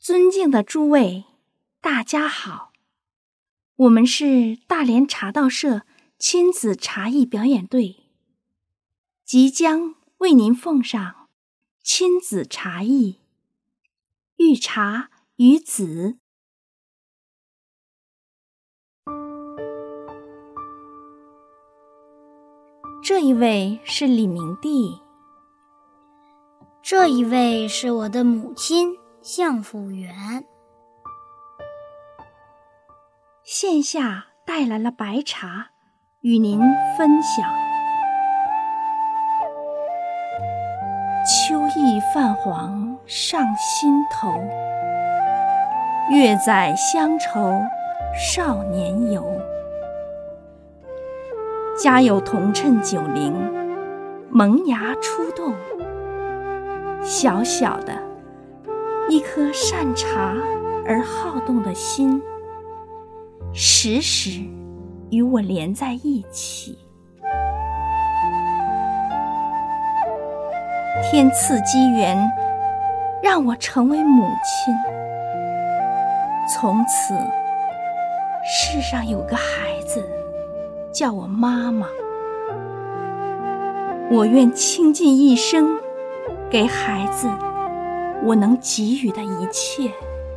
尊敬的诸位，大家好，我们是大连茶道社亲子茶艺表演队，即将为您奉上亲子茶艺遇茶与子。这一位是李明帝， 这一位是我的母亲向福元。 线下带来了白茶与您分享。秋意泛黄上心头，月载乡愁少年游。家有铜趁90，萌芽出动。小小的一颗善茶而好动的心，时时与我连在一起。天赐机缘，让我成为母亲。从此，世上有个孩子叫我妈妈。我愿倾尽一生，给孩子我能给予的一切，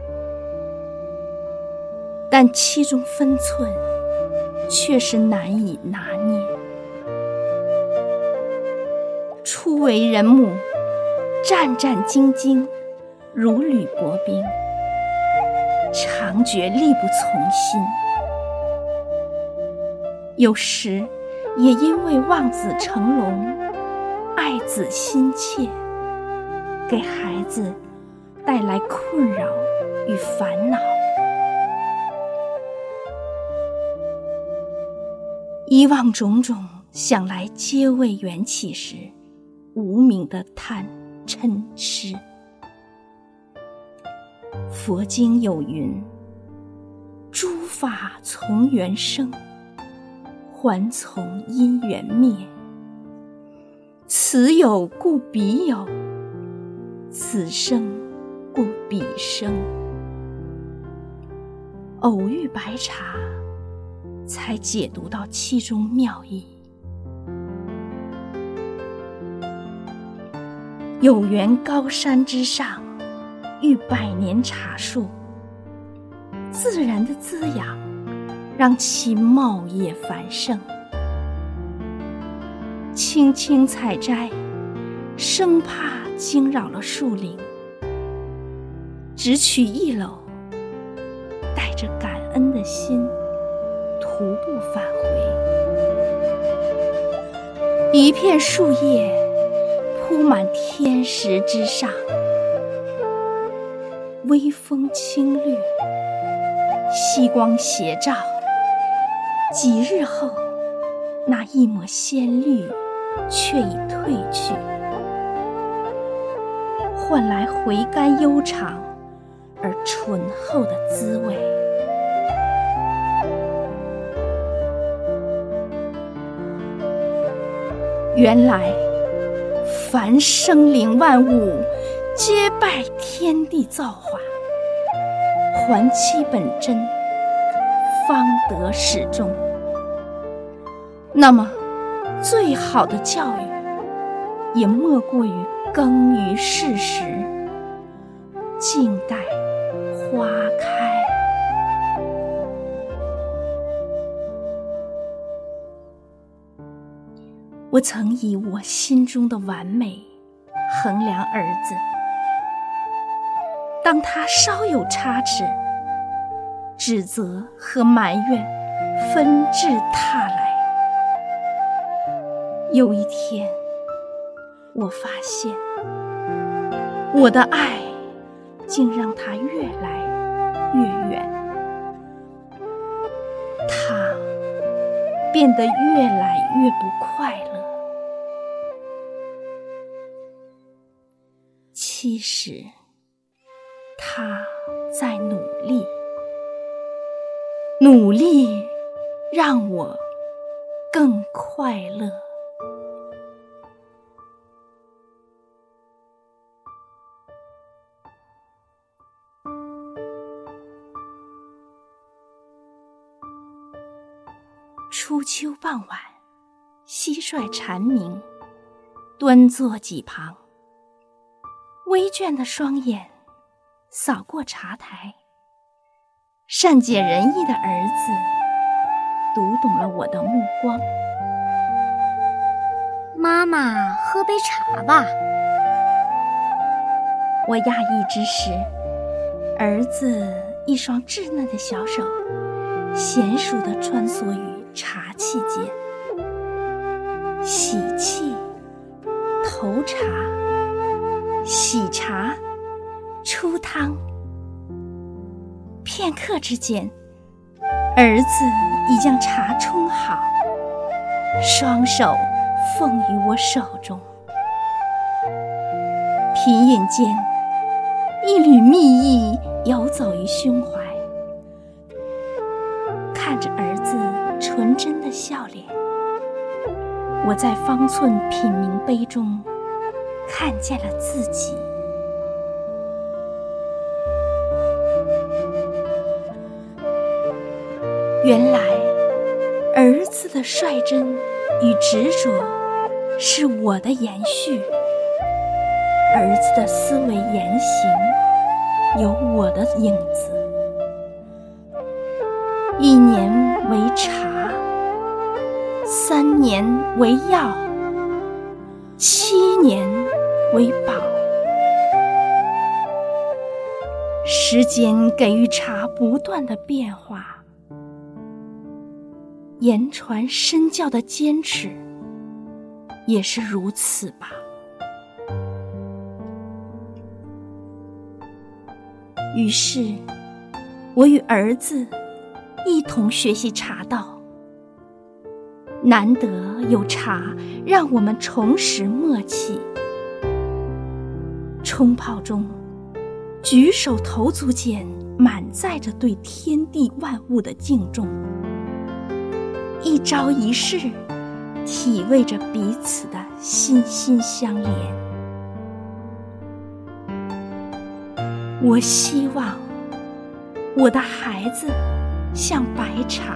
但其中分寸却是难以拿捏。初为人母，战战兢兢，如履薄冰，常觉力不从心。有时也因为望子成龙，爱子心切，给孩子带来困扰与烦恼。以往种种想来皆为缘起时，无名的贪嗔痴。佛经有云：诸法从缘生，还从因缘灭。此有故彼有，此生故彼生。偶遇白茶，才解读到其中妙意。有缘高山之上，遇百年茶树，自然的滋养让其茂叶繁盛。轻轻采摘，生怕惊扰了树林，只取一篓，带着感恩的心徒步返回。一片树叶铺满天石之上，微风轻掠，夕光斜照。几日后，那一抹鲜绿却已褪去，换来回甘悠长而醇厚的滋味。原来凡生灵万物，皆拜天地造化，还其本真，方得始终。那么最好的教育，也莫过于耕于世时，静待花开。我曾以我心中的完美衡量儿子，当他稍有差池，指责和埋怨纷至沓来。有一天，我发现我的爱竟让他越来越远，他变得越来越不快乐。其实他在努力，努力让我更快乐。 初秋傍晚，蟋蟀蝉鸣，端坐几旁，微倦的双眼扫过茶台，善解人意的儿子读懂了我的目光。 妈妈，喝杯茶吧。 我讶异之时，儿子一双稚嫩的小手娴熟地穿梭于茶器间，洗器、投茶、洗茶、出汤。片刻之间，儿子已将茶冲好，双手奉于我手中。品饮间，一缕蜜意游走于胸怀。看着儿子纯真的笑脸，我在方寸品茗杯中看见了自己。原来儿子的率真与执着是我的延续，儿子的思维言行有我的影子。1年为茶，3年为药，7年为宝。时间给予茶不断的变化，言传身教的坚持也是如此吧。于是，我与儿子一同学习茶道。难得有茶让我们重拾默契。冲泡中，举手投足间满载着对天地万物的敬重，一朝一夕，体味着彼此的心心相连。我希望我的孩子像白茶，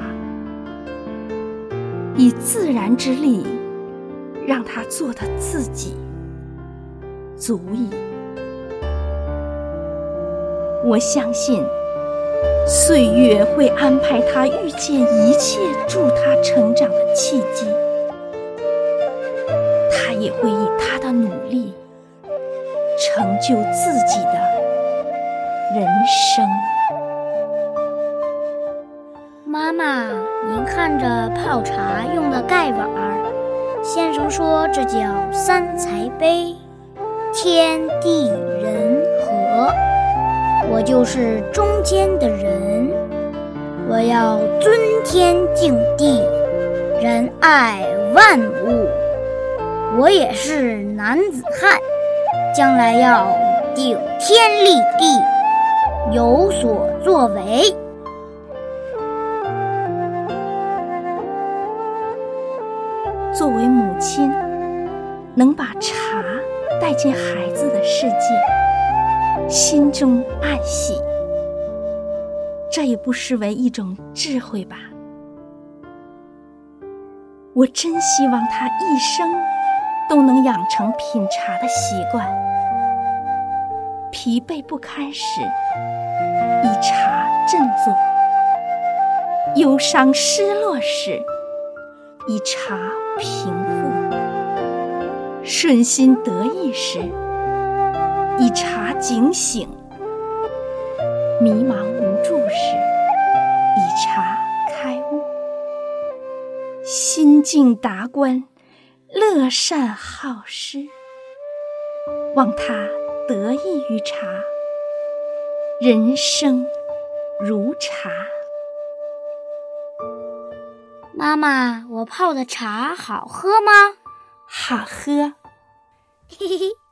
以自然之力让他做他自己，足矣。我相信岁月会安排他遇见一切助他成长的契机，他也会以他的努力成就自己的人生。 妈妈，您看着泡茶用的盖碗儿，先生说这叫三才杯，天地人和。我就是中间的人，我要尊天敬地，仁爱万物。我也是男子汉，将来要顶天立地，有所作为。 作为母亲，能把茶带进孩子的世界，心中暗喜，这也不失为一种智慧吧。我真希望他一生都能养成品茶的习惯，疲惫不堪时以茶振作，忧伤失落时以茶平复，顺心得意时以茶警醒，迷茫无助时以茶开悟，心境达观，乐善好施，望他得益于茶，人生如茶。 妈妈，我泡的茶好喝吗？ 好喝。 嘿嘿嘿。